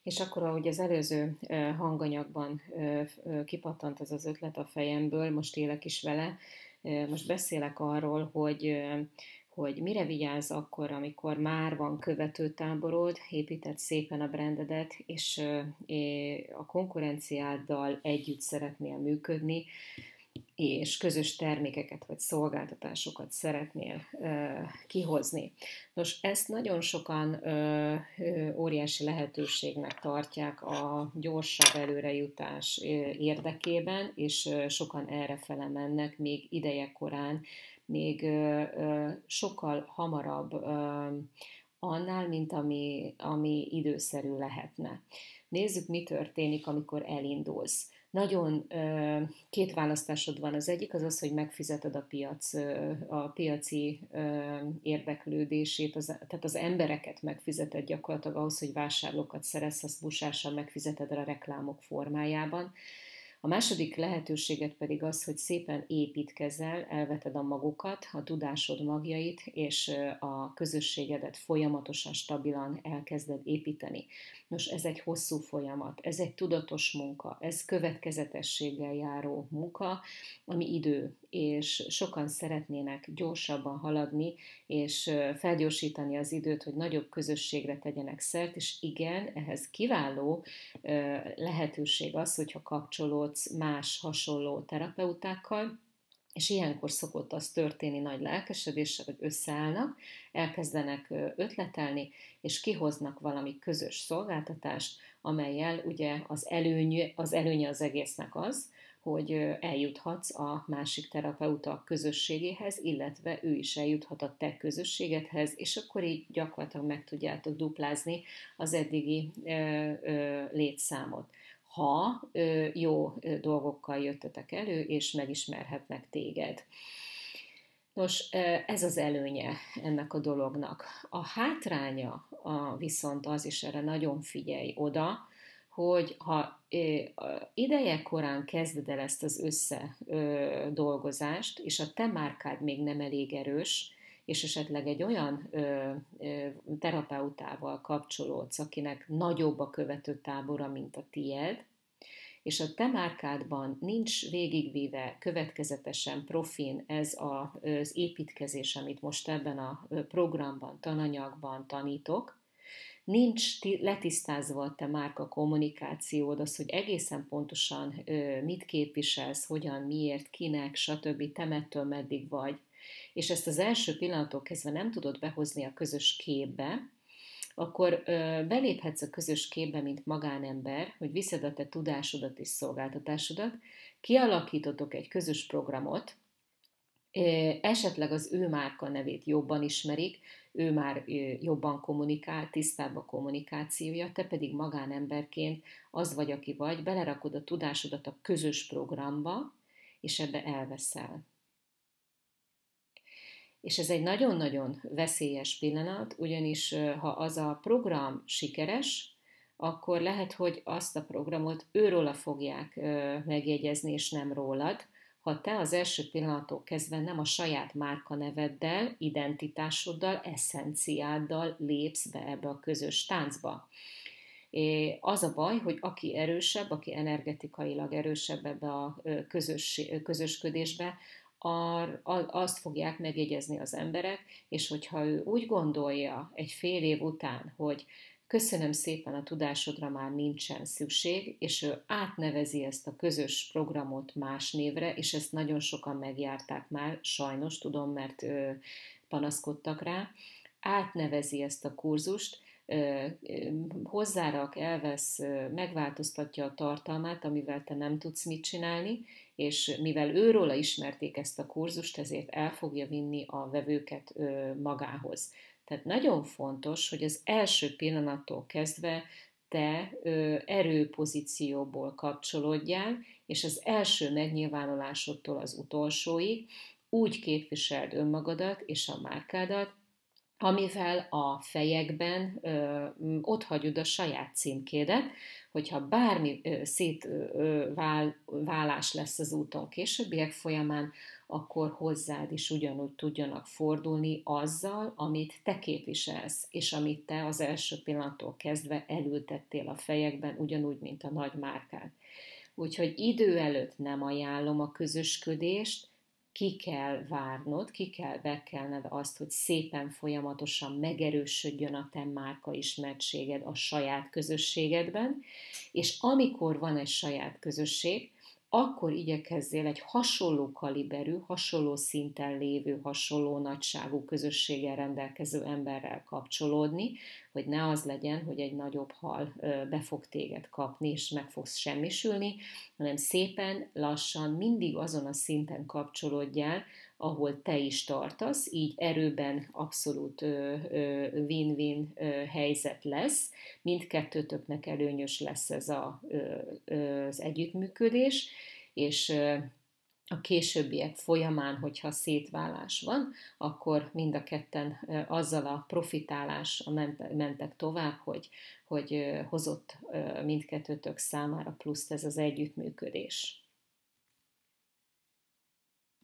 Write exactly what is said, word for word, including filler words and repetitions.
És akkor, ahogy az előző hanganyagban kipattant ez az ötlet a fejemből, most élek is vele, most beszélek arról, hogy, hogy mire vigyázz akkor, amikor már van követőtáborod, épített szépen a brandedet, és a konkurenciáddal együtt szeretnél működni, és közös termékeket vagy szolgáltatásokat szeretnél ö, kihozni. Nos, ezt nagyon sokan ö, ö, óriási lehetőségnek tartják a gyorsabb előrejutás érdekében, és ö, sokan errefele mennek még ideje korán, még ö, ö, sokkal hamarabb ö, annál, mint ami, ami időszerű lehetne. Nézzük, mi történik, amikor elindulsz. Nagyon két választásod van. Az egyik az az, hogy megfizeted a piac, a piaci érdeklődését, az, tehát az embereket megfizeted gyakorlatilag ahhoz, hogy vásárlókat szerezz, azt busással megfizeted a reklámok formájában. A második lehetőséget pedig az, hogy szépen építkezel, elveted a magokat, a tudásod magjait, és a közösségedet folyamatosan, stabilan elkezded építeni. Nos, ez egy hosszú folyamat, ez egy tudatos munka, ez következetességgel járó munka, ami idő, és sokan szeretnének gyorsabban haladni, és felgyorsítani az időt, hogy nagyobb közösségre tegyenek szert, és igen, ehhez kiváló lehetőség az, hogyha kapcsolódsz más hasonló terapeutákkal, és ilyenkor szokott az történni nagy lelkesedéssel, hogy összeállnak, elkezdenek ötletelni, és kihoznak valami közös szolgáltatást, amellyel ugye az előny, az előnye az egésznek az, hogy eljuthatsz a másik terapeuta közösségéhez, illetve ő is eljuthat a te közösségedhez, és akkor így gyakorlatilag meg tudjátok duplázni az eddigi ö, ö, létszámot, ha ö, jó ö, dolgokkal jöttetek elő, és megismerhetnek téged. Nos, ez az előnye ennek a dolognak. A hátránya a, viszont az, és erre nagyon figyelj oda, hogy ha ideje korán kezded el ezt az összedolgozást, és a te márkád még nem elég erős, és esetleg egy olyan ö, ö, terapeutával kapcsolódsz, akinek nagyobb a követőtábora, mint a tied, és a te márkádban nincs végigvíve következetesen profin ez a, az építkezés, amit most ebben a programban, tananyagban tanítok, nincs letisztázva a te márka kommunikációd, az, hogy egészen pontosan mit képviselsz, hogyan, miért, kinek, stb. Te mettől meddig vagy, és ezt az első pillanattól kezdve nem tudod behozni a közös képbe, akkor ö, beléphetsz a közös képbe, mint magánember, hogy viszed a te tudásodat és szolgáltatásodat, kialakítotok egy közös programot, esetleg az ő márka nevét jobban ismerik, ő már jobban kommunikál, tisztább a kommunikációja, te pedig magánemberként az vagy, aki vagy, belerakod a tudásodat a közös programba, és ebbe elveszel. És ez egy nagyon-nagyon veszélyes pillanat, ugyanis ha az a program sikeres, akkor lehet, hogy azt a programot őróla fogják megjegyezni, és nem rólad, ha te az első pillanattól kezdve nem a saját márkaneveddel, identitásoddal, eszenciáddal lépsz be ebbe a közös táncba. Az a baj, hogy aki erősebb, aki energetikailag erősebb ebbe a közös, közösködésbe, azt fogják megjegyezni az emberek, és hogyha ő úgy gondolja egy fél év után, hogy köszönöm szépen, a tudásodra már nincsen szükség, és ő átnevezi ezt a közös programot más névre, és ezt nagyon sokan megjárták már, sajnos tudom, mert panaszkodtak rá, átnevezi ezt a kurzust, hozzárak, elvesz, megváltoztatja a tartalmát, amivel te nem tudsz mit csinálni, és mivel őróla ismerték ezt a kurzust, ezért el fogja vinni a vevőket magához. Tehát nagyon fontos, hogy az első pillanattól kezdve te erőpozícióból kapcsolódjál, és az első megnyilvánulásodtól az utolsóig úgy képviseld önmagadat és a márkádat, amivel a fejekben ö, ott hagyod a saját címkédet, hogyha bármi szétválás lesz az úton későbbiek folyamán, akkor hozzád is ugyanúgy tudjanak fordulni azzal, amit te képviselsz, és amit te az első pillanattól kezdve elültettél a fejekben, ugyanúgy, mint a nagy márkák. Úgyhogy idő előtt nem ajánlom a közösködést, ki kell várnod, ki kell bekelned azt, hogy szépen folyamatosan megerősödjön a te márka ismertséged a saját közösségedben, és amikor van egy saját közösség, akkor igyekezzél egy hasonló kaliberű, hasonló szinten lévő, hasonló nagyságú közösséggel rendelkező emberrel kapcsolódni, hogy ne az legyen, hogy egy nagyobb hal be fog téged kapni, és meg fogsz semmisülni, hanem szépen, lassan, mindig azon a szinten kapcsolódjál, ahol te is tartasz, így erőben abszolút win-win helyzet lesz, mindkettőtöknek előnyös lesz ez a, az együttműködés, és a későbbiek folyamán, hogyha szétválás van, akkor mind a ketten azzal a profitálásra mentek tovább, hogy, hogy hozott mindkettőtök számára pluszt ez az együttműködés.